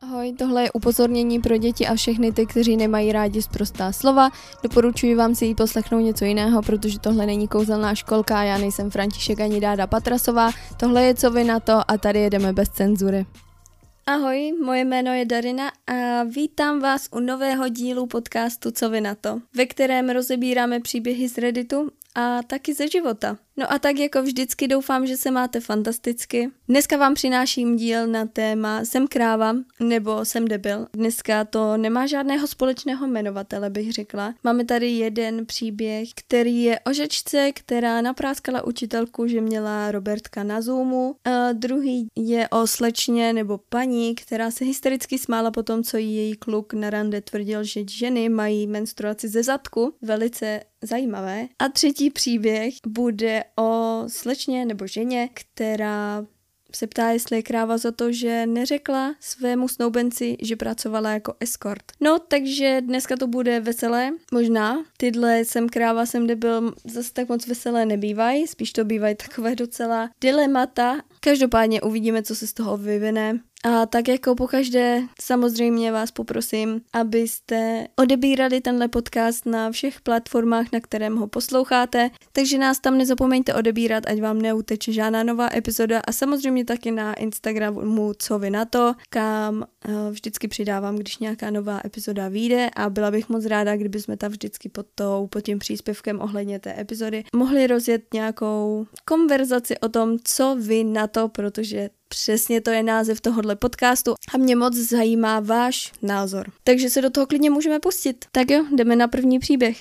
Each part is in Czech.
Ahoj, tohle je upozornění pro děti a všechny ty, kteří nemají rádi sprostá slova. Doporučuji vám si jít poslechnout něco jiného, protože tohle není kouzelná školka, já nejsem František ani Dáda Patrasová. Tohle je Co vy na to a tady jedeme bez cenzury. Ahoj, moje jméno je Darina a vítám vás u nového dílu podcastu Co vy na to, ve kterém rozebíráme příběhy z Redditu a taky ze života. No a tak jako vždycky doufám, že se máte fantasticky. Dneska vám přináším díl na téma Jsem kráva nebo Jsem debil. Dneska to nemá žádného společného jmenovatele, bych řekla. Máme tady jeden příběh, který je o žečce, která napráskala učitelku, že měla Robertka na Zoomu. A druhý je o slečně nebo paní, která se hystericky smála po tom, co jí její kluk na rande tvrdil, že ženy mají menstruaci ze zadku. Velice zajímavé. A třetí příběh bude o slečně nebo ženě, která se ptá, jestli je kráva za to, že neřekla svému snoubenci, že pracovala jako escort. No, takže dneska to bude veselé, možná. Tyhle Jsem kráva, jsem debil zase tak moc veselé nebývají, spíš to bývají takové docela dilemata. Každopádně uvidíme, co se z toho vyvine. A tak jako pokaždé samozřejmě vás poprosím, abyste odebírali tenhle podcast na všech platformách, na kterém ho posloucháte, takže nás tam nezapomeňte odebírat, ať vám neuteče žádná nová epizoda a samozřejmě taky na Instagramu Co vy na to, kam vždycky přidávám, když nějaká nová epizoda vyjde a byla bych moc ráda, kdyby jsme tam vždycky pod tím příspěvkem ohledně té epizody mohli rozjet nějakou konverzaci o tom, co vy na to, protože přesně to je název tohohle podcastu a mě moc zajímá váš názor. Takže se do toho klidně můžeme pustit. Tak jo, jdeme na první příběh.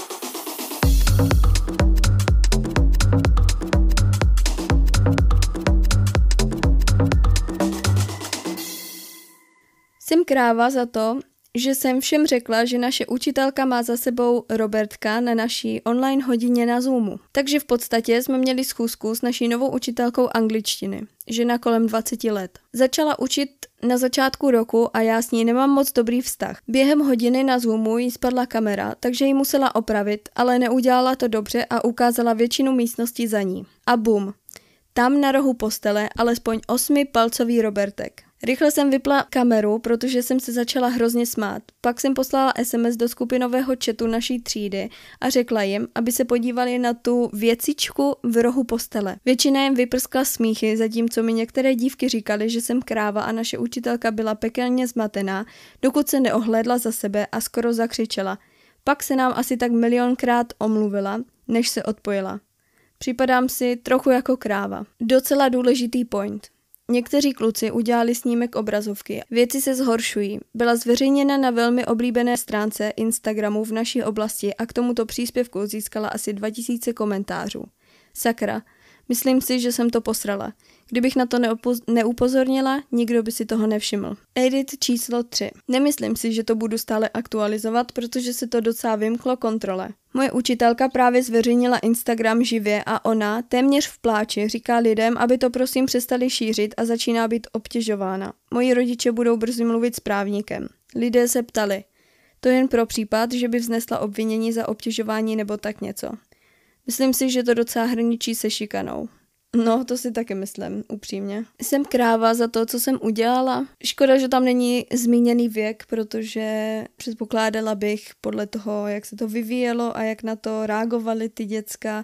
Jsem kráva za to, že jsem všem řekla, že naše učitelka má za sebou Robertka na naší online hodině na Zoomu. Takže v podstatě jsme měli schůzku s naší novou učitelkou angličtiny, žena kolem 20 let. Začala učit na začátku roku a já s ní nemám moc dobrý vztah. Během hodiny na Zoomu jí spadla kamera, takže ji musela opravit, ale neudělala to dobře a ukázala většinu místností za ní. A bum. Tam na rohu postele alespoň 8palcový Robertek. Rychle jsem vypla kameru, protože jsem se začala hrozně smát. Pak jsem poslala SMS do skupinového chatu naší třídy a řekla jim, aby se podívali na tu věcičku v rohu postele. Většina jim vyprskla smíchy, zatímco mi některé dívky říkaly, že jsem kráva a naše učitelka byla pekelně zmatená, dokud se neohlédla za sebe a skoro zakřičela. Pak se nám asi tak milionkrát omluvila, než se odpojila. Připadám si trochu jako kráva. Docela důležitý point. Někteří kluci udělali snímek obrazovky. Věci se zhoršují. Byla zveřejněna na velmi oblíbené stránce Instagramu v naší oblasti a k tomuto příspěvku získala asi 2000 komentářů. Sakra, myslím si, že jsem to posrala. Kdybych na to neupozornila, nikdo by si toho nevšiml. Edit číslo 3. Nemyslím si, že to budu stále aktualizovat, protože se to docela vymklo kontrole. Moje učitelka právě zveřejnila Instagram živě a ona, téměř v pláči, říká lidem, aby to prosím přestali šířit a začíná být obtěžována. Moji rodiče budou brzy mluvit s právníkem. Lidé se ptali. To jen pro případ, že by vznesla obvinění za obtěžování nebo tak něco. Myslím si, že to docela hraničí se šikanou. No, to si taky myslím, upřímně. Jsem kráva za to, co jsem udělala. Škoda, že tam není zmíněný věk, protože předpokládala bych podle toho, jak se to vyvíjelo a jak na to reagovali ty děcka,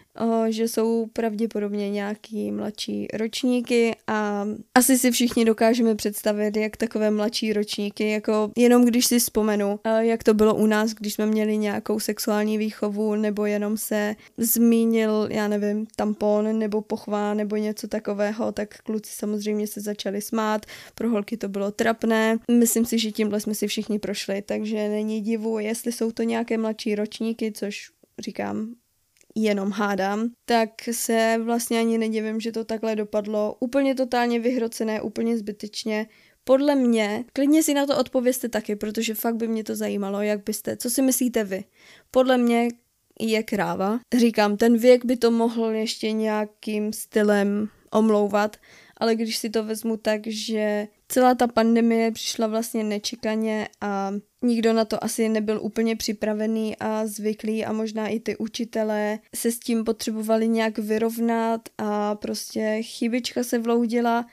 že jsou pravděpodobně nějaký mladší ročníky a asi si všichni dokážeme představit, jak takové mladší ročníky, jako jenom když si vzpomenu, jak to bylo u nás, když jsme měli nějakou sexuální výchovu, nebo jenom se zmínil, já nevím, tampon nebo pochva nebo něco takového, tak kluci samozřejmě se začali smát, pro holky to bylo trapné. Myslím si, že tímhle jsme si všichni prošli, takže není divu, jestli jsou to nějaké mladší ročníky, což říkám, jenom hádám, tak se vlastně ani nedivím, že to takhle dopadlo. Úplně totálně vyhrocené, úplně zbytečně. Podle mě, klidně si na to odpovězte taky, protože fakt by mě to zajímalo, co si myslíte vy. Podle mě je kráva. Říkám, ten věk by to mohl ještě nějakým stylem omlouvat, ale když si to vezmu tak, že celá ta pandemie přišla vlastně nečekaně a nikdo na to asi nebyl úplně připravený a zvyklý a možná i ty učitelé se s tím potřebovali nějak vyrovnat a prostě chybička se vloudila.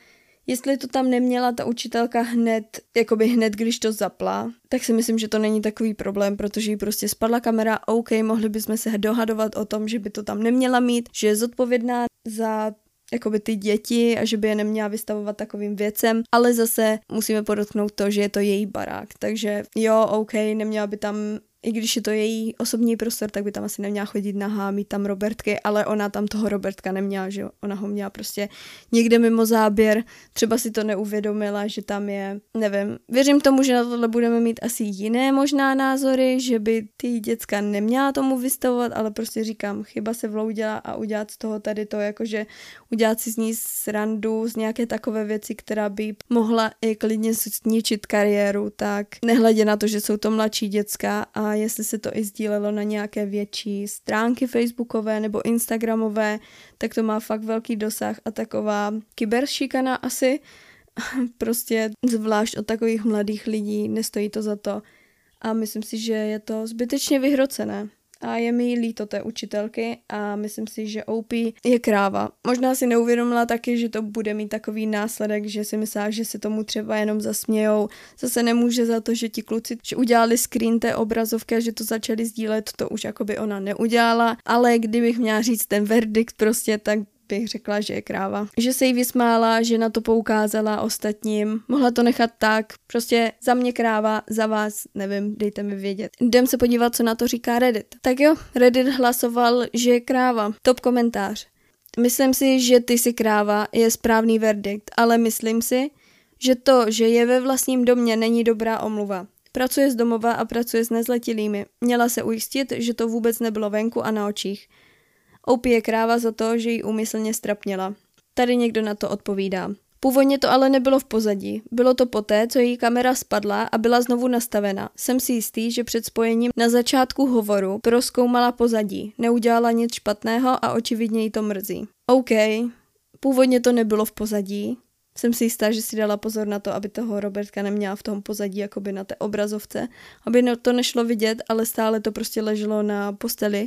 Jestli to tam neměla ta učitelka hned, když to zapla, tak si myslím, že to není takový problém, protože jí prostě spadla kamera, OK, mohli bychom se dohadovat o tom, že by to tam neměla mít, že je zodpovědná za ty děti a že by je neměla vystavovat takovým věcem, ale zase musíme podotknout to, že je to její barák, takže jo, OK, neměla by tam, i když je to její osobní prostor, tak by tam asi neměla chodit nahá, mít tam Robertky, ale ona tam toho Robertka neměla, že jo, ona ho měla prostě někde mimo záběr, třeba si to neuvědomila, že tam je, nevím, věřím tomu, že na tohle budeme mít asi jiné možná názory, že by ty děcka neměla tomu vystavovat, ale prostě říkám, chyba se vloudila a udělat z toho tady to, jakože udělat si z ní srandu, z nějaké takové věci, která by mohla i klidně zničit kariéru, tak nehledě na to, že jsou to mladší děcka a jestli se to i sdílelo na nějaké větší stránky facebookové nebo instagramové, tak to má fakt velký dosah a taková kyberšikana asi, prostě zvlášť od takových mladých lidí, nestojí to za to a myslím si, že je to zbytečně vyhrocené. A je mi líto té učitelky a myslím si, že OP je kráva. Možná si neuvědomila taky, že to bude mít takový následek, že si myslela, že se tomu třeba jenom zasmějou. Zase nemůže za to, že ti kluci že udělali screen té obrazovky a že to začali sdílet, to už jakoby ona neudělala. Ale kdybych měla říct ten verdikt prostě, tak bych řekla, že je kráva. Že se jí vysmála, že na to poukázala ostatním. Mohla to nechat tak. Prostě za mě kráva, za vás, nevím, dejte mi vědět. Jdem se podívat, co na to říká Reddit. Tak jo, Reddit hlasoval, že je kráva. Top komentář. Myslím si, že ty jsi kráva, je správný verdikt, ale myslím si, že to, že je ve vlastním domě, není dobrá omluva. Pracuje z domova a pracuje s nezletilými. Měla se ujistit, že to vůbec nebylo venku a na očích. OP je kráva za to, že ji úmyslně strapnila. Tady někdo na to odpovídá. Původně to ale nebylo v pozadí. Bylo to poté, co její kamera spadla a byla znovu nastavena. Jsem si jistý, že před spojením na začátku hovoru prozkoumala pozadí. Neudělala nic špatného a očividně jí to mrzí. OK, původně to nebylo v pozadí. Jsem si jistá, že si dala pozor na to, aby toho Robertka neměla v tom pozadí, jakoby na té obrazovce. Aby to nešlo vidět, ale stále to prostě leželo na posteli.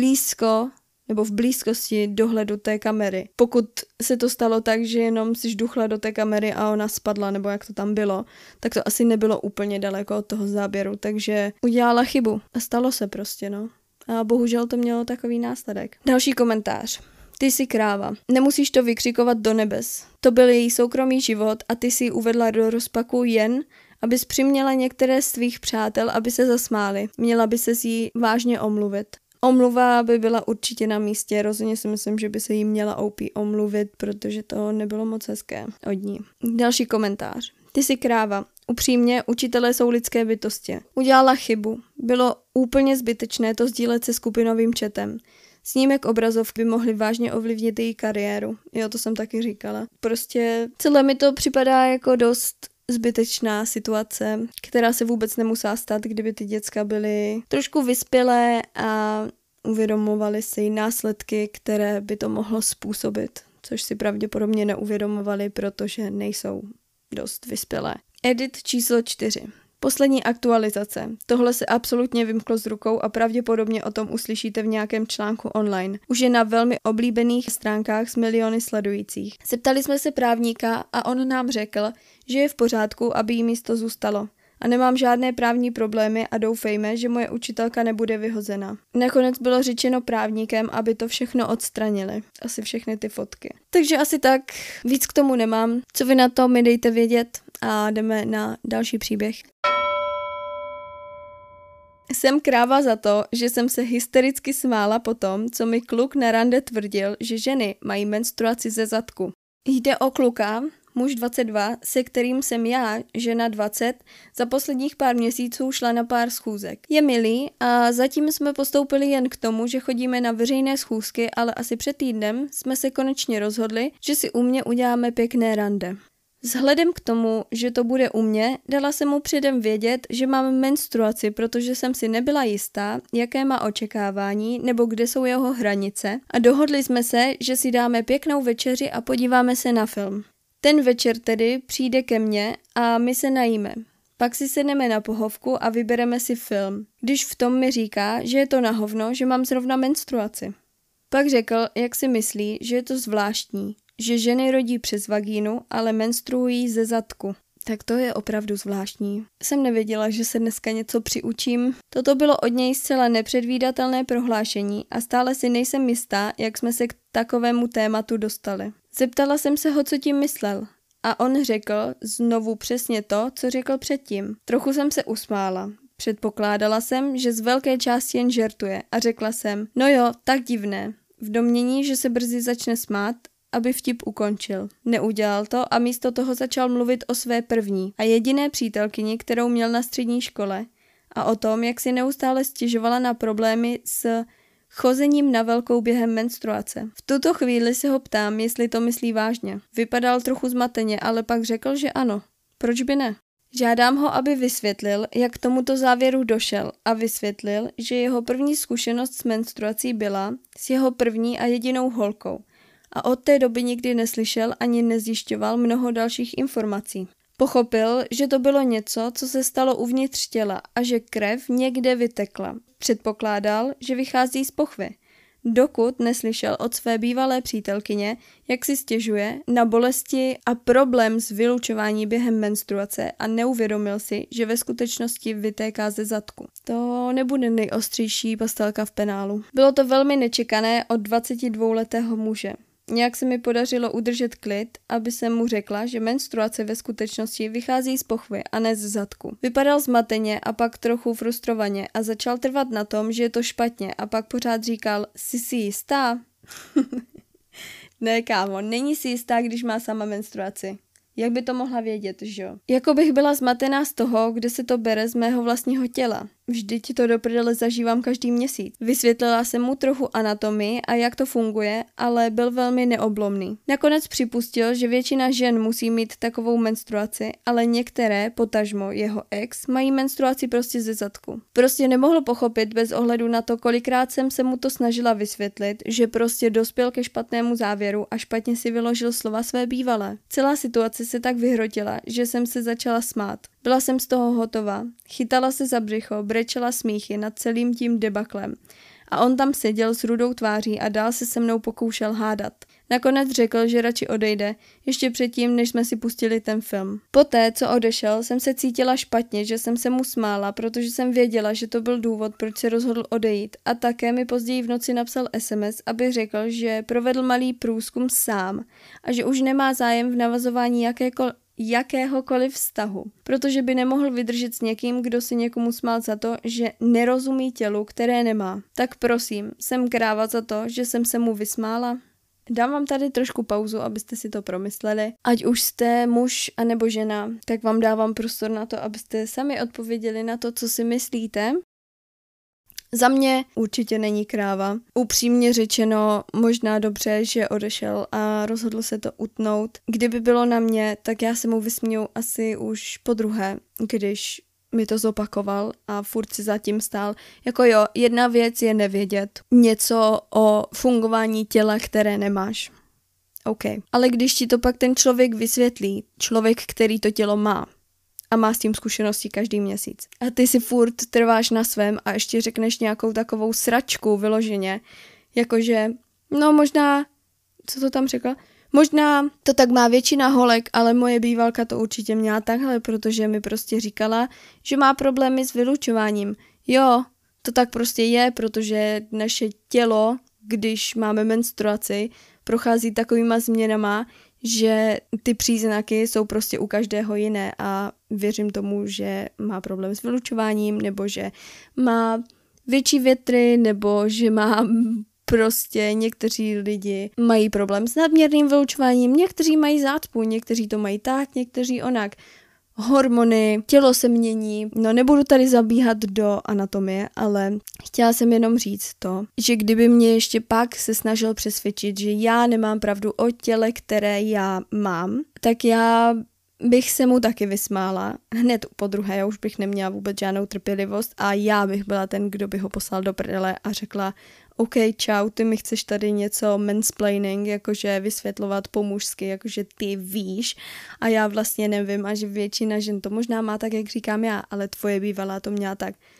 V blízkosti dohledu té kamery. Pokud se to stalo tak, že jenom si žduchla do té kamery a ona spadla, nebo jak to tam bylo, tak to asi nebylo úplně daleko od toho záběru, takže udělala chybu. A stalo se prostě, no. A bohužel to mělo takový následek. Další komentář. Ty jsi kráva. Nemusíš to vykřikovat do nebes. To byl její soukromý život a ty si ji uvedla do rozpaku jen, abys přiměla některé z tvých přátel, aby se zasmáli. Měla by se jí vážně omluvit. Omluva by byla určitě na místě, rozhodně si myslím, že by se jí měla OP omluvit, protože to nebylo moc hezké od ní. Další komentář. Ty jsi kráva. Upřímně, učitelé jsou lidské bytosti. Udělala chybu. Bylo úplně zbytečné to sdílet se skupinovým chatem. Snímek obrazovky by mohly vážně ovlivnit její kariéru. Jo, to jsem taky říkala. Prostě celé mi to připadá jako dost zbytečná situace, která se vůbec nemusela stát, kdyby ty děcka byly trošku vyspělé a uvědomovali si následky, které by to mohlo způsobit, což si pravděpodobně neuvědomovali, protože nejsou dost vyspělé. Edit číslo 4. Poslední aktualizace. Tohle se absolutně vymklo z rukou a pravděpodobně o tom uslyšíte v nějakém článku online. Už je na velmi oblíbených stránkách s miliony sledujících. Zeptali jsme se právníka a on nám řekl, že je v pořádku, aby jí místo zůstalo. A nemám žádné právní problémy a doufejme, že moje učitelka nebude vyhozena. Nakonec bylo řečeno právníkem, aby to všechno odstranili. Asi všechny ty fotky. Takže asi tak, víc k tomu nemám. Co vy na to, mi dejte vědět a jdeme na další příběh. Jsem kráva za to, že jsem se hystericky smála po tom, co mi kluk na rande tvrdil, že ženy mají menstruaci ze zadku. Jde o kluka, muž 22, se kterým jsem já, žena 20, za posledních pár měsíců šla na pár schůzek. Je milý a zatím jsme postoupili jen k tomu, že chodíme na veřejné schůzky, ale asi před týdnem jsme se konečně rozhodli, že si u mě uděláme pěkné rande. Vzhledem k tomu, že to bude u mě, dala jsem mu předem vědět, že mám menstruaci, protože jsem si nebyla jistá, jaké má očekávání nebo kde jsou jeho hranice a dohodli jsme se, že si dáme pěknou večeři a podíváme se na film. Ten večer tedy přijde ke mně a my se najíme. Pak si sedneme na pohovku a vybereme si film, když v tom mi říká, že je to na hovno, že mám zrovna menstruaci. Pak řekl, jak si myslí, že je to zvláštní. že ženy rodí přes vagínu, ale menstruují ze zadku. Tak to je opravdu zvláštní. Jsem nevěděla, že se dneska něco přiučím. Toto bylo od něj zcela nepředvídatelné prohlášení a stále si nejsem jistá, jak jsme se k takovému tématu dostali. Zeptala jsem se ho, co tím myslel. A on řekl znovu přesně to, co řekl předtím. Trochu jsem se usmála. Předpokládala jsem, že z velké části jen žertuje a řekla jsem, no jo, tak divné. V domnění, že se brzy začne smát, aby vtip ukončil. Neudělal to a místo toho začal mluvit o své první a jediné přítelkyni, kterou měl na střední škole a o tom, jak si neustále stěžovala na problémy s chozením na velkou během menstruace. V tuto chvíli se ho ptám, jestli to myslí vážně. Vypadal trochu zmateně, ale pak řekl, že ano. Proč by ne? Žádám ho, aby vysvětlil, jak k tomuto závěru došel a vysvětlil, že jeho první zkušenost s menstruací byla s jeho první a jedinou holkou a od té doby nikdy neslyšel ani nezjišťoval mnoho dalších informací. Pochopil, že to bylo něco, co se stalo uvnitř těla a že krev někde vytekla. Předpokládal, že vychází z pochvy, dokud neslyšel od své bývalé přítelkyně, jak si stěžuje na bolesti a problém s vylučování během menstruace a neuvědomil si, že ve skutečnosti vytéká ze zadku. To nebude nejostřejší pastelka v penálu. Bylo to velmi nečekané od 22letého muže. Nějak se mi podařilo udržet klid, aby jsem mu řekla, že menstruace ve skutečnosti vychází z pochvy a ne z zadku. Vypadal zmateně a pak trochu frustrovaně a začal trvat na tom, že je to špatně a pak pořád říkal, jsi si jistá? Ne, kámo, není si jistá, když má sama menstruaci. Jak by to mohla vědět, že jo? Jako bych byla zmatená z toho, kde se to bere z mého vlastního těla. Vždyť to do prdele zažívám každý měsíc. Vysvětlila jsem mu trochu anatomii a jak to funguje, ale byl velmi neoblomný. Nakonec připustil, že většina žen musí mít takovou menstruaci, ale některé, potažmo jeho ex, mají menstruaci prostě ze zadku. Prostě nemohl pochopit bez ohledu na to, kolikrát jsem se mu to snažila vysvětlit, že prostě dospěl ke špatnému závěru a špatně si vyložil slova své bývalé. Celá situace se tak vyhrotila, že jsem se začala smát. Byla jsem z toho hotová. Chytala se za břicho, brečela smíchy nad celým tím debaklem. A on tam seděl s rudou tváří a dál se mnou pokoušel hádat. Nakonec řekl, že radši odejde, ještě předtím, než jsme si pustili ten film. Poté, co odešel, jsem se cítila špatně, že jsem se mu smála, protože jsem věděla, že to byl důvod, proč se rozhodl odejít. A také mi později v noci napsal SMS, aby řekl, že provedl malý průzkum sám a že už nemá zájem v navazování jakéhokoliv vztahu, protože by nemohl vydržet s někým, kdo si někomu smál za to, že nerozumí tělu, které nemá. Tak prosím, jsem kráva za to, že jsem se mu vysmála? Dám vám tady trošku pauzu, abyste si to promysleli. Ať už jste muž anebo žena, tak vám dávám prostor na to, abyste sami odpověděli na to, co si myslíte. Za mě určitě není kráva. Upřímně řečeno, možná dobře, že odešel a rozhodl se to utnout. Kdyby bylo na mě, tak já se mu vysměju asi už po druhé, když mi to zopakoval a furt si zatím stál. Jako jo, jedna věc je nevědět něco o fungování těla, které nemáš. OK. Ale když ti to pak ten člověk vysvětlí, člověk, který to tělo má, a má s tím zkušenosti každý měsíc. A ty si furt trváš na svém a ještě řekneš nějakou takovou sračku vyloženě, jakože, no možná, co to tam řekla? Možná to tak má většina holek, ale moje bývalka to určitě měla takhle, protože mi prostě říkala, že má problémy s vylučováním. Jo, to tak prostě je, protože naše tělo, když máme menstruaci, prochází takovýma změnama, že ty příznaky jsou prostě u každého jiné a věřím tomu, že má problém s vylučováním, nebo že má větší větry, nebo že má prostě někteří lidi mají problém s nadměrným vylučováním, někteří mají zácpu, někteří to mají tak, někteří onak. Hormony, tělo se mění, no nebudu tady zabíhat do anatomie, ale chtěla jsem jenom říct to, že kdyby mě ještě pak se snažil přesvědčit, že já nemám pravdu o těle, které já mám, tak já bych se mu taky vysmála. Hned po druhé, já už bych neměla vůbec žádnou trpělivost a já bych byla ten, kdo by ho poslal do prdele a řekla OK, čau, ty mi chceš tady něco mansplaining, jakože vysvětlovat po mužsky, jakože ty víš a já vlastně nevím a že většina žen to možná má tak, jak říkám já, ale tvoje bývalá to měla tak.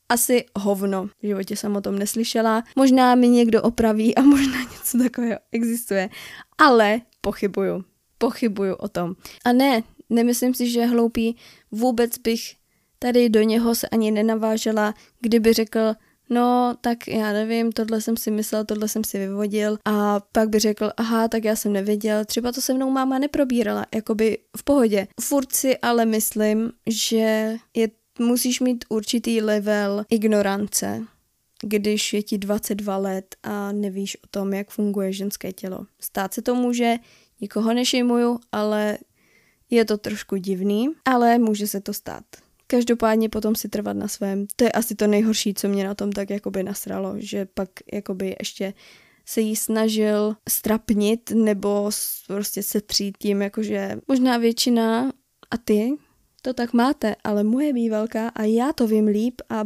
asi hovno. V životě jsem o tom neslyšela. Možná mi někdo opraví a možná něco takového existuje. Ale pochybuju o tom. A ne, nemyslím si, že je hloupý. Vůbec bych tady do něho se ani nenavážela, kdyby řekl, no, tak já nevím, tohle jsem si myslel, tohle jsem si vyvodil a pak by řekl, aha, tak já jsem nevěděl, třeba to se mnou máma neprobírala, jakoby v pohodě. Furt si ale myslím, že musíš mít určitý level ignorance, když je ti 22 let a nevíš o tom, jak funguje ženské tělo. Stát se to může, nikoho nešejmuju, ale je to trošku divný, ale může se to stát. Každopádně potom si trvat na svém. To je asi to nejhorší, co mě na tom tak jakoby nasralo, že pak jakoby ještě se jí snažil strapnit nebo prostě setřít tím, jakože možná většina a ty to tak máte, ale moje bývalka a já to vím líp a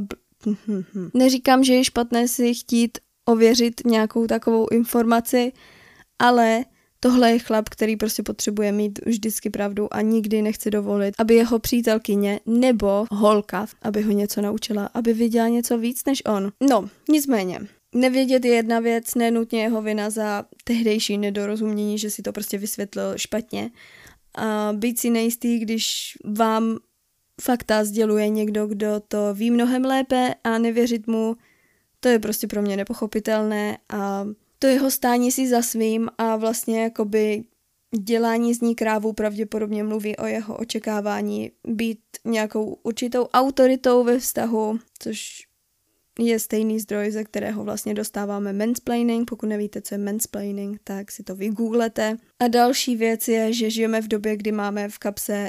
neříkám, že je špatné si chtít ověřit nějakou takovou informaci, ale tohle je chlap, který prostě potřebuje mít vždycky pravdu a nikdy nechce dovolit, aby jeho přítelkyně nebo holka, aby ho něco naučila, aby věděla něco víc než on. No, nicméně. Nevědět je jedna věc, nenutně jeho vina za tehdejší nedorozumění, že si to prostě vysvětlil špatně. A být si nejistý, když vám fakta sděluje někdo, kdo to ví mnohem lépe a nevěřit mu, to je prostě pro mě nepochopitelné a to jeho stání si za svým a vlastně jakoby dělání z ní krávu pravděpodobně mluví o jeho očekávání být nějakou určitou autoritou ve vztahu, což je stejný zdroj, ze kterého vlastně dostáváme mansplaining. Pokud nevíte, co je mansplaining, tak si to vygooglete. A další věc je, že žijeme v době, kdy máme v kapse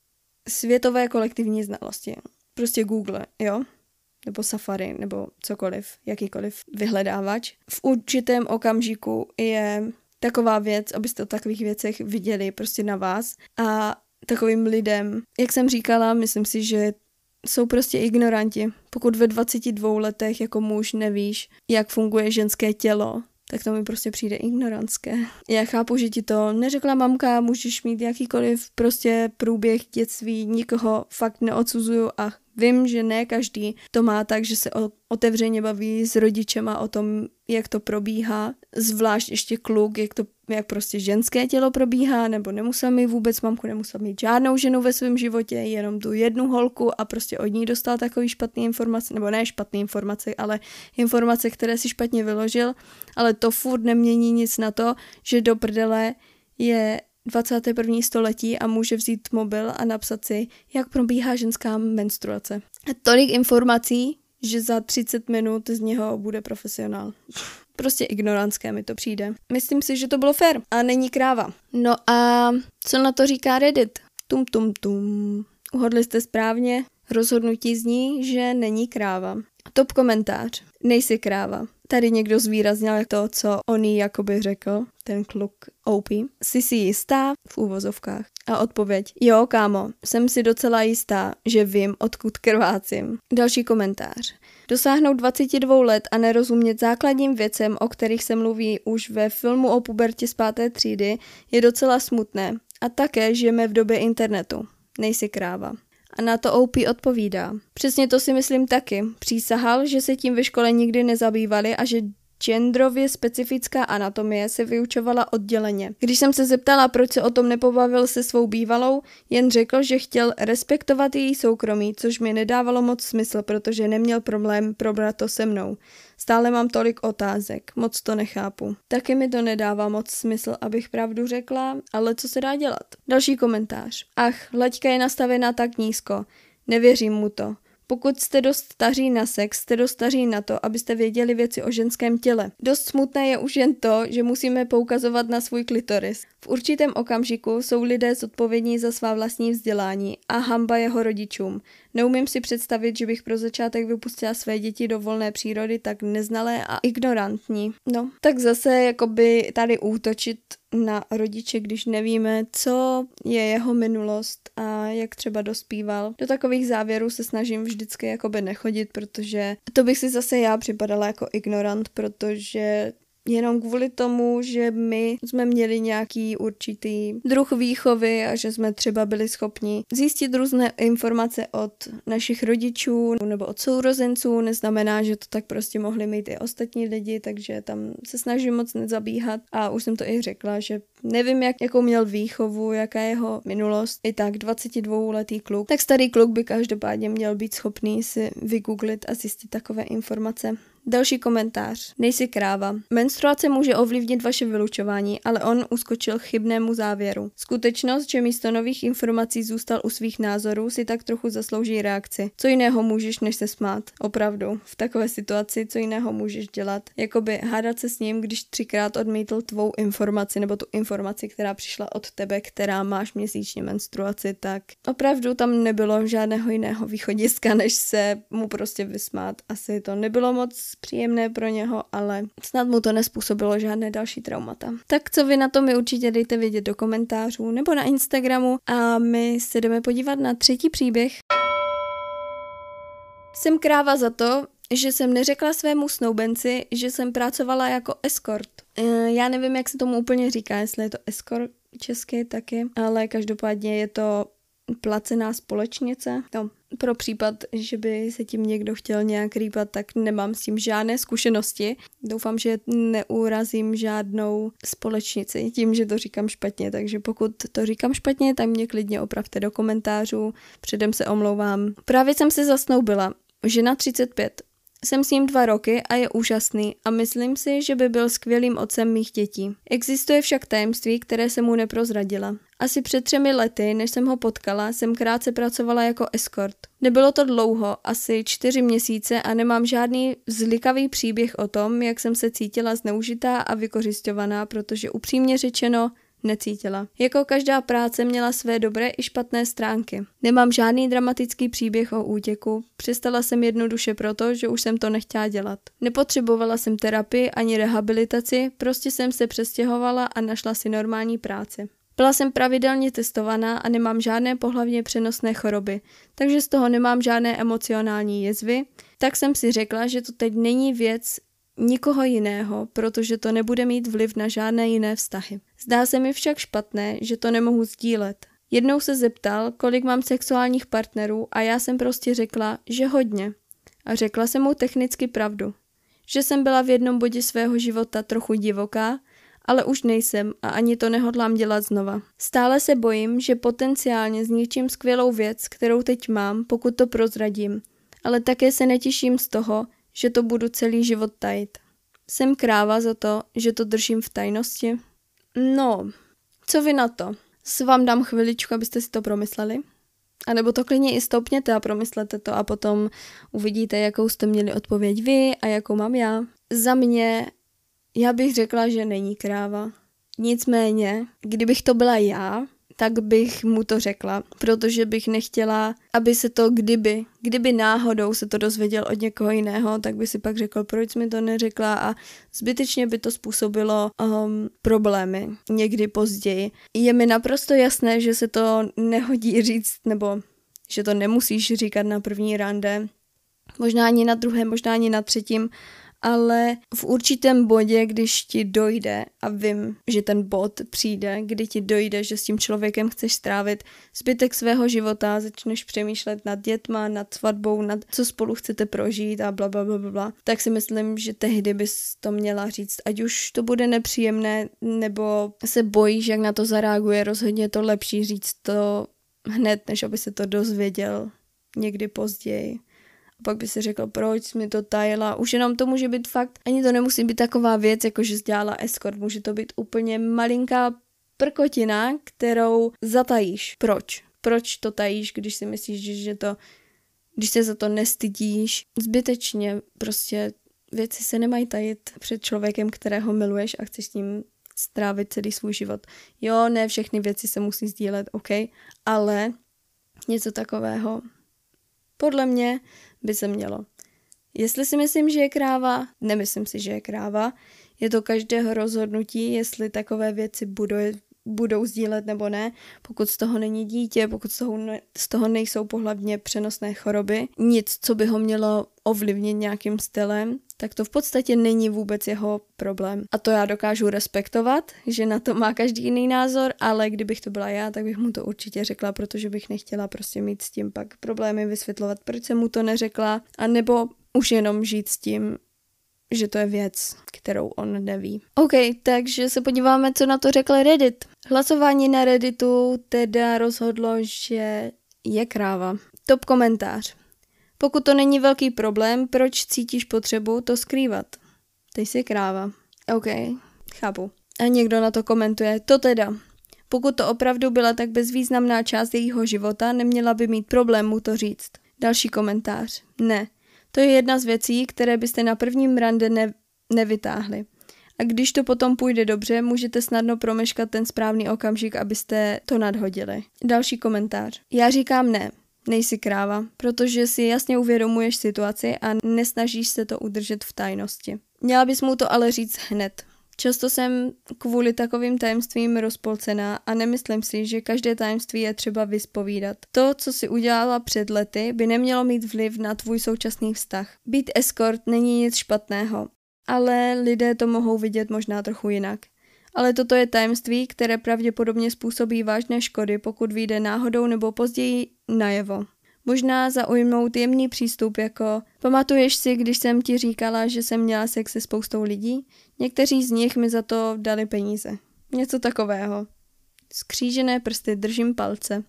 světové kolektivní znalosti. Prostě Google, jo? Nebo Safari, nebo cokoliv, jakýkoliv vyhledávač. V určitém okamžiku je taková věc, abyste o takových věcech viděli prostě na vás a takovým lidem, jak jsem říkala, myslím si, že jsou prostě ignoranti. Pokud ve 22 letech jako muž nevíš, jak funguje ženské tělo, tak to mi prostě přijde ignorantské. Já chápu, že ti to neřekla mamka, můžeš mít jakýkoliv prostě průběh dětství, nikoho fakt neodsuzuju a vím, že ne každý to má tak, že se otevřeně baví s rodičema o tom, jak to probíhá, zvlášť ještě kluk, jak prostě ženské tělo probíhá, nebo nemusel mít vůbec mamku, nemusel mít žádnou ženu ve svém životě, jenom tu jednu holku a prostě od ní dostal takový špatný informace, nebo ne špatný informace, ale informace, které si špatně vyložil, ale to furt nemění nic na to, že do prdele je 21. století a může vzít mobil a napsat si, jak probíhá ženská menstruace. A tolik informací, že za 30 minut z něho bude profesionál. Prostě ignorantské mi to přijde. Myslím si, že to bylo fér a není kráva. No a co na to říká Reddit? Tum. Uhodli jste správně, rozhodnutí zní, že není kráva. Top komentář. Nejsi kráva. Tady někdo zvýraznil to, co on jí jakoby řekl, ten kluk OP. Jsi si jistá? V úvozovkách. A odpověď. Jo, kámo, jsem si docela jistá, že vím, odkud krvácím. Další komentář. Dosáhnout 22 let a nerozumět základním věcem, o kterých se mluví už ve filmu o pubertě z 5. třídy, je docela smutné. A také žijeme v době internetu. Nejsi kráva. A na to OP odpovídá. Přesně to si myslím taky. Přísahal, že se tím ve škole nikdy nezabývali a že genderově specifická anatomie se vyučovala odděleně. Když jsem se zeptala, proč se o tom nepobavil se svou bývalou, jen řekl, že chtěl respektovat její soukromí, což mi nedávalo moc smysl, protože neměl problém probrat to se mnou. Stále mám tolik otázek, moc to nechápu. Taky mi to nedává moc smysl, abych pravdu řekla, ale co se dá dělat? Další komentář. Ach, laťka je nastavená tak nízko. Nevěřím mu to. Pokud jste dost staří na sex, jste dost staří na to, abyste věděli věci o ženském těle. Dost smutné je už jen to, že musíme poukazovat na svůj klitoris. V určitém okamžiku jsou lidé zodpovědní za svá vlastní vzdělání a hanba jeho rodičům. Neumím si představit, že bych pro začátek vypustila své děti do volné přírody tak neznalé a ignorantní. No, tak zase jakoby tady útočit na rodiče, když nevíme, co je jeho minulost a jak třeba dospíval. Do takových závěrů se snažím vždycky jakoby nechodit, protože to bych si zase já připadala jako ignorant, protože jenom kvůli tomu, že my jsme měli nějaký určitý druh výchovy a že jsme třeba byli schopni zjistit různé informace od našich rodičů nebo od sourozenců, neznamená, že to tak prostě mohli mít i ostatní lidi, takže tam se snažím moc nezabíhat a už jsem to i řekla, že nevím, jakou měl výchovu, jaká je jeho minulost. I tak 22letý kluk. Tak starý kluk by každopádně měl být schopný si vygooglit a zjistit takové informace. Další komentář. Nejsi kráva. Menstruace může ovlivnit vaše vylučování, ale on uskočil chybnému závěru. Skutečnost, že místo nových informací zůstal u svých názorů, si tak trochu zaslouží reakci. Co jiného můžeš, než se smát? Opravdu. V takové situaci, co jiného můžeš dělat? Jakoby hádat se s ním, když 3krát odmítl tvou informaci nebo tu informaci, která přišla od tebe, která máš měsíčně menstruaci, tak opravdu tam nebylo žádného jiného východiska, než se mu prostě vysmát. Asi to nebylo moc příjemné pro něho, ale snad mu to nespůsobilo žádné další traumata. Tak co vy na to, mi určitě dejte vědět do komentářů nebo na Instagramu a my se jdeme podívat na třetí příběh. Jsem kráva za to, že jsem neřekla svému snoubenci, že jsem pracovala jako escort. Já nevím, jak se tomu úplně říká, jestli je to escort česky taky, ale každopádně je to placená společnice. No, pro případ, že by se tím někdo chtěl nějak rýpat, tak nemám s tím žádné zkušenosti. Doufám, že neurazím žádnou společnici tím, že to říkám špatně, takže pokud to říkám špatně, tak mě klidně opravte do komentářů, předem se omlouvám. Právě jsem se zasnoubila, žena 35. Jsem s ním 2 roky a je úžasný a myslím si, že by byl skvělým otcem mých dětí. Existuje však tajemství, které jsem mu neprozradila. Asi před 3 lety, než jsem ho potkala, jsem krátce pracovala jako escort. Nebylo to dlouho, asi 4 měsíce a nemám žádný vzlikavý příběh o tom, jak jsem se cítila zneužitá a vykořisťovaná, protože upřímně řečeno necítila. Jako každá práce měla své dobré i špatné stránky. Nemám žádný dramatický příběh o útěku, přestala jsem jednoduše proto, že už jsem to nechtěla dělat. Nepotřebovala jsem terapii ani rehabilitaci, prostě jsem se přestěhovala a našla si normální práci. Byla jsem pravidelně testovaná a nemám žádné pohlavně přenosné choroby, takže z toho nemám žádné emocionální jezvy, tak jsem si řekla, že to teď není věc nikoho jiného, protože to nebude mít vliv na žádné jiné vztahy. Zdá se mi však špatné, že to nemohu sdílet. Jednou se zeptal, kolik mám sexuálních partnerů a já jsem prostě řekla, že hodně. A řekla jsem mu technicky pravdu. Že jsem byla v jednom bodě svého života trochu divoká, ale už nejsem a ani to nehodlám dělat znova. Stále se bojím, že potenciálně zničím skvělou věc, kterou teď mám, pokud to prozradím, ale také se netěším z toho, že to budu celý život tajit. Jsem kráva za to, že to držím v tajnosti? No, co vy na to? Vám dám chviličku, abyste si to promysleli. A nebo to klidně i stopněte a promyslete to a potom uvidíte, jakou jste měli odpověď vy a jakou mám já. Za mě, já bych řekla, že není kráva. Nicméně, kdybych to byla já, tak bych mu to řekla, protože bych nechtěla, aby se to kdyby náhodou se to dozvěděl od někoho jiného, tak by si pak řekl, proč jsi mi to neřekla a zbytečně by to způsobilo problémy někdy později. Je mi naprosto jasné, že se to nehodí říct, nebo že to nemusíš říkat na první rande, možná ani na druhém, možná ani na třetím, ale v určitém bodě, když ti dojde, a vím, že ten bod přijde, kdy ti dojde, že s tím člověkem chceš strávit zbytek svého života, začneš přemýšlet nad dětma, nad svatbou, nad co spolu chcete prožít a blablabla, tak si myslím, že tehdy bys to měla říct, ať už to bude nepříjemné, nebo se bojíš, jak na to zareaguje, rozhodně je to lepší říct to hned, než aby se to dozvěděl někdy později. A pak by si řekl, proč jsi mi to tajila. Už jenom to může být fakt, ani to nemusí být taková věc, jako že jsi dělala escort. Může to být úplně malinká prkotina, kterou zatajíš. Proč? Proč to tajíš, když si myslíš, že to, když se za to nestydíš? Zbytečně prostě věci se nemají tajit před člověkem, kterého miluješ a chceš s ním strávit celý svůj život. Jo, ne všechny věci se musí sdílet, OK, ale něco takového podle mě by se mělo. Jestli si myslím, že je kráva, nemyslím si, že je kráva. Je to každého rozhodnutí, jestli takové věci budou sdílet nebo ne. Pokud z toho není dítě, pokud z toho nejsou pohlavně přenosné choroby. Nic, co by ho mělo ovlivnit nějakým stylem. tak to v podstatě není vůbec jeho problém. A to já dokážu respektovat, že na to má každý jiný názor, ale kdybych to byla já, tak bych mu to určitě řekla, protože bych nechtěla prostě mít s tím pak problémy, vysvětlovat, proč jsem mu to neřekla, anebo už jenom žít s tím, že to je věc, kterou on neví. OK, takže se podíváme, co na to řekl Reddit. Hlasování na Redditu teda rozhodlo, že je kráva. Top komentář. Pokud to není velký problém, proč cítíš potřebu to skrývat? Ty jsi kráva. OK, chápu. A někdo na to komentuje, to teda. Pokud to opravdu byla tak bezvýznamná část jejího života, neměla by mít problém mu to říct. Další komentář. Ne. To je jedna z věcí, které byste na prvním rande nevytáhli. A když to potom půjde dobře, můžete snadno promeškat ten správný okamžik, abyste to nadhodili. Další komentář. Já říkám ne. Nejsi kráva, protože si jasně uvědomuješ situaci a nesnažíš se to udržet v tajnosti. Měla bys mu to ale říct hned. Často jsem kvůli takovým tajemstvím rozpolcená a nemyslím si, že každé tajemství je třeba vyspovídat. To, co si udělala před lety, by nemělo mít vliv na tvůj současný vztah. Být escort není nic špatného, ale lidé to mohou vidět možná trochu jinak. Ale toto je tajemství, které pravděpodobně způsobí vážné škody, pokud vyjde náhodou nebo později najevo. Možná zaujmout jemný přístup jako pamatuješ si, když jsem ti říkala, že jsem měla sex se spoustou lidí? Někteří z nich mi za to dali peníze. Něco takového. Skřížené prsty, držím palce.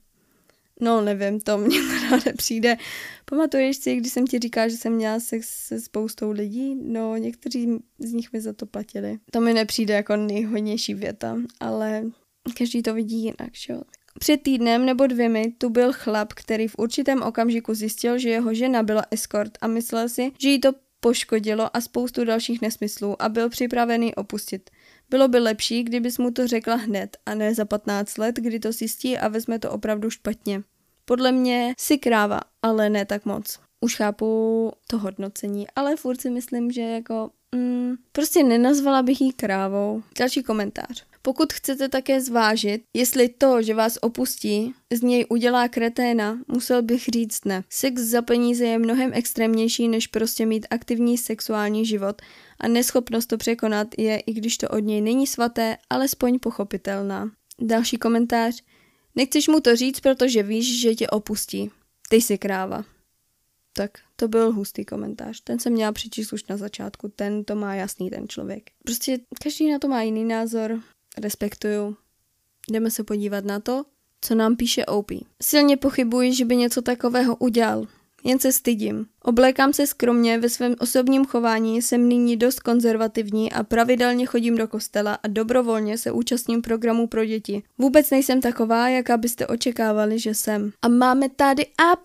No nevím, to mně teda nepřijde. Pamatuješ si, když jsem ti říkala, že jsem měla sex se spoustou lidí? No, někteří z nich mi za to platili. To mi nepřijde jako nejhodnější věta, ale každý to vidí jinak, že jo? Před týdnem nebo 2 tu byl chlap, který v určitém okamžiku zjistil, že jeho žena byla escort a myslel si, že jí to poškodilo a spoustu dalších nesmyslů a byl připravený opustit. Bylo by lepší, kdybys mu to řekla hned a ne za 15 let, kdy to zjistí a vezme to opravdu špatně. Podle mě si kráva, ale ne tak moc. Už chápu to hodnocení, ale furt si myslím, že jako prostě nenazvala bych jí krávou. Další komentář. Pokud chcete také zvážit, jestli to, že vás opustí, z něj udělá kreténa, musel bych říct ne. Sex za peníze je mnohem extrémnější, než prostě mít aktivní sexuální život a neschopnost to překonat je, i když to od něj není svaté, alespoň pochopitelná. Další komentář. Nechceš mu to říct, protože víš, že tě opustí. Ty jsi kráva. Tak, to byl hustý komentář. Ten jsem měla přečíst už na začátku. Ten to má jasný, ten člověk. Prostě každý na to má jiný názor. Respektuju. Jdeme se podívat na to, co nám píše OP. Silně pochybuji, že by něco takového udělal. Jen se stydím. Oblékám se skromně, ve svém osobním chování jsem nyní dost konzervativní a pravidelně chodím do kostela a dobrovolně se účastním programů pro děti. Vůbec nejsem taková, jaká byste očekávali, že jsem. A máme tady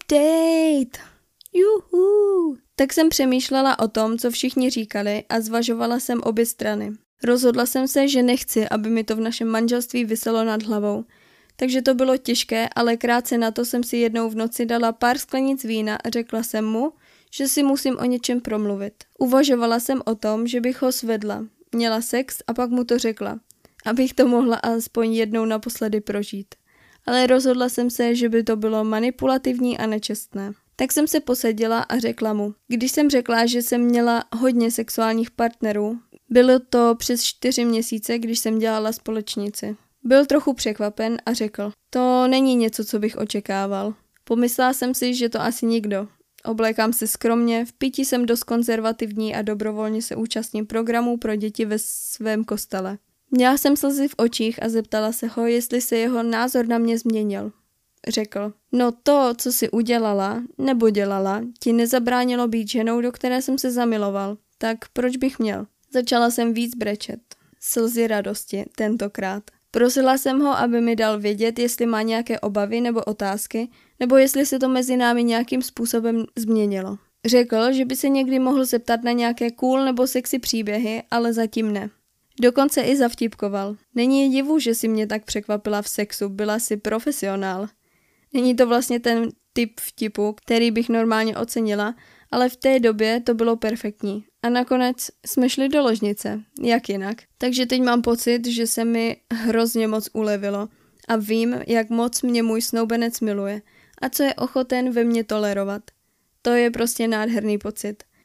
update! Juhu! Tak jsem přemýšlela o tom, co všichni říkali a zvažovala jsem obě strany. Rozhodla jsem se, že nechci, aby mi to v našem manželství viselo nad hlavou. Takže to bylo těžké, ale krátce na to jsem si jednou v noci dala pár sklenic vína a řekla jsem mu, že si musím o něčem promluvit. Uvažovala jsem o tom, že bych ho svedla. Měla sex a pak mu to řekla, abych to mohla alespoň jednou naposledy prožít. Ale rozhodla jsem se, že by to bylo manipulativní a nečestné. Tak jsem se posadila a řekla mu. Když jsem řekla, že jsem měla hodně sexuálních partnerů, bylo to přes 4 měsíce, když jsem dělala společnici. Byl trochu překvapen a řekl, to není něco, co bych očekával. Pomyslela jsem si, že to asi nikdo. Oblékám se skromně, v pití jsem dost konzervativní a dobrovolně se účastním programů pro děti ve svém kostele. Měla jsem slzy v očích a zeptala se ho, jestli se jeho názor na mě změnil. Řekl, no to, co si udělala nebo dělala, ti nezabránilo být ženou, do které jsem se zamiloval. Tak proč bych měl? Začala jsem víc brečet. Slzy radosti, tentokrát. Prosila jsem ho, aby mi dal vědět, jestli má nějaké obavy nebo otázky, nebo jestli se to mezi námi nějakým způsobem změnilo. Řekl, že by se někdy mohl zeptat na nějaké cool nebo sexy příběhy, ale zatím ne. Dokonce i zavtipkoval. Není divu, že si mě tak překvapila v sexu, byla si profesionál. Není to vlastně ten typ vtipu, který bych normálně ocenila, ale v té době to bylo perfektní. A nakonec jsme šli do ložnice, jak jinak. Takže teď mám pocit, že se mi hrozně moc ulevilo a vím, jak moc mě můj snoubenec miluje a co je ochoten ve mně tolerovat. To je prostě nádherný pocit.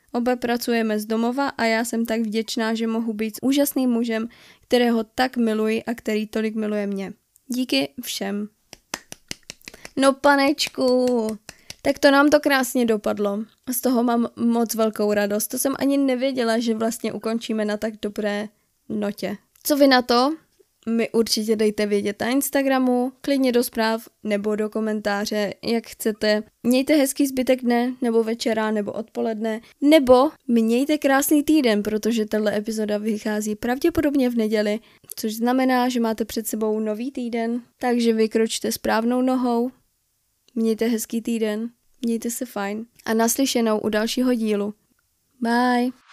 Oba pracujeme z domova a já jsem tak vděčná, že mohu být s úžasným mužem, kterého tak miluji a který tolik miluje mě. Díky všem. No panečku, tak to nám to krásně dopadlo. Z toho mám moc velkou radost. To jsem ani nevěděla, že vlastně ukončíme na tak dobré notě. Co vy na to? Mi určitě dejte vědět na Instagramu, klidně do zpráv nebo do komentáře, jak chcete. Mějte hezký zbytek dne, nebo večera, nebo odpoledne, nebo mějte krásný týden, protože tato epizoda vychází pravděpodobně v neděli, což znamená, že máte před sebou nový týden, takže vykročte správnou nohou. Mějte hezký týden, mějte se fajn a naslyšenou u dalšího dílu. Bye!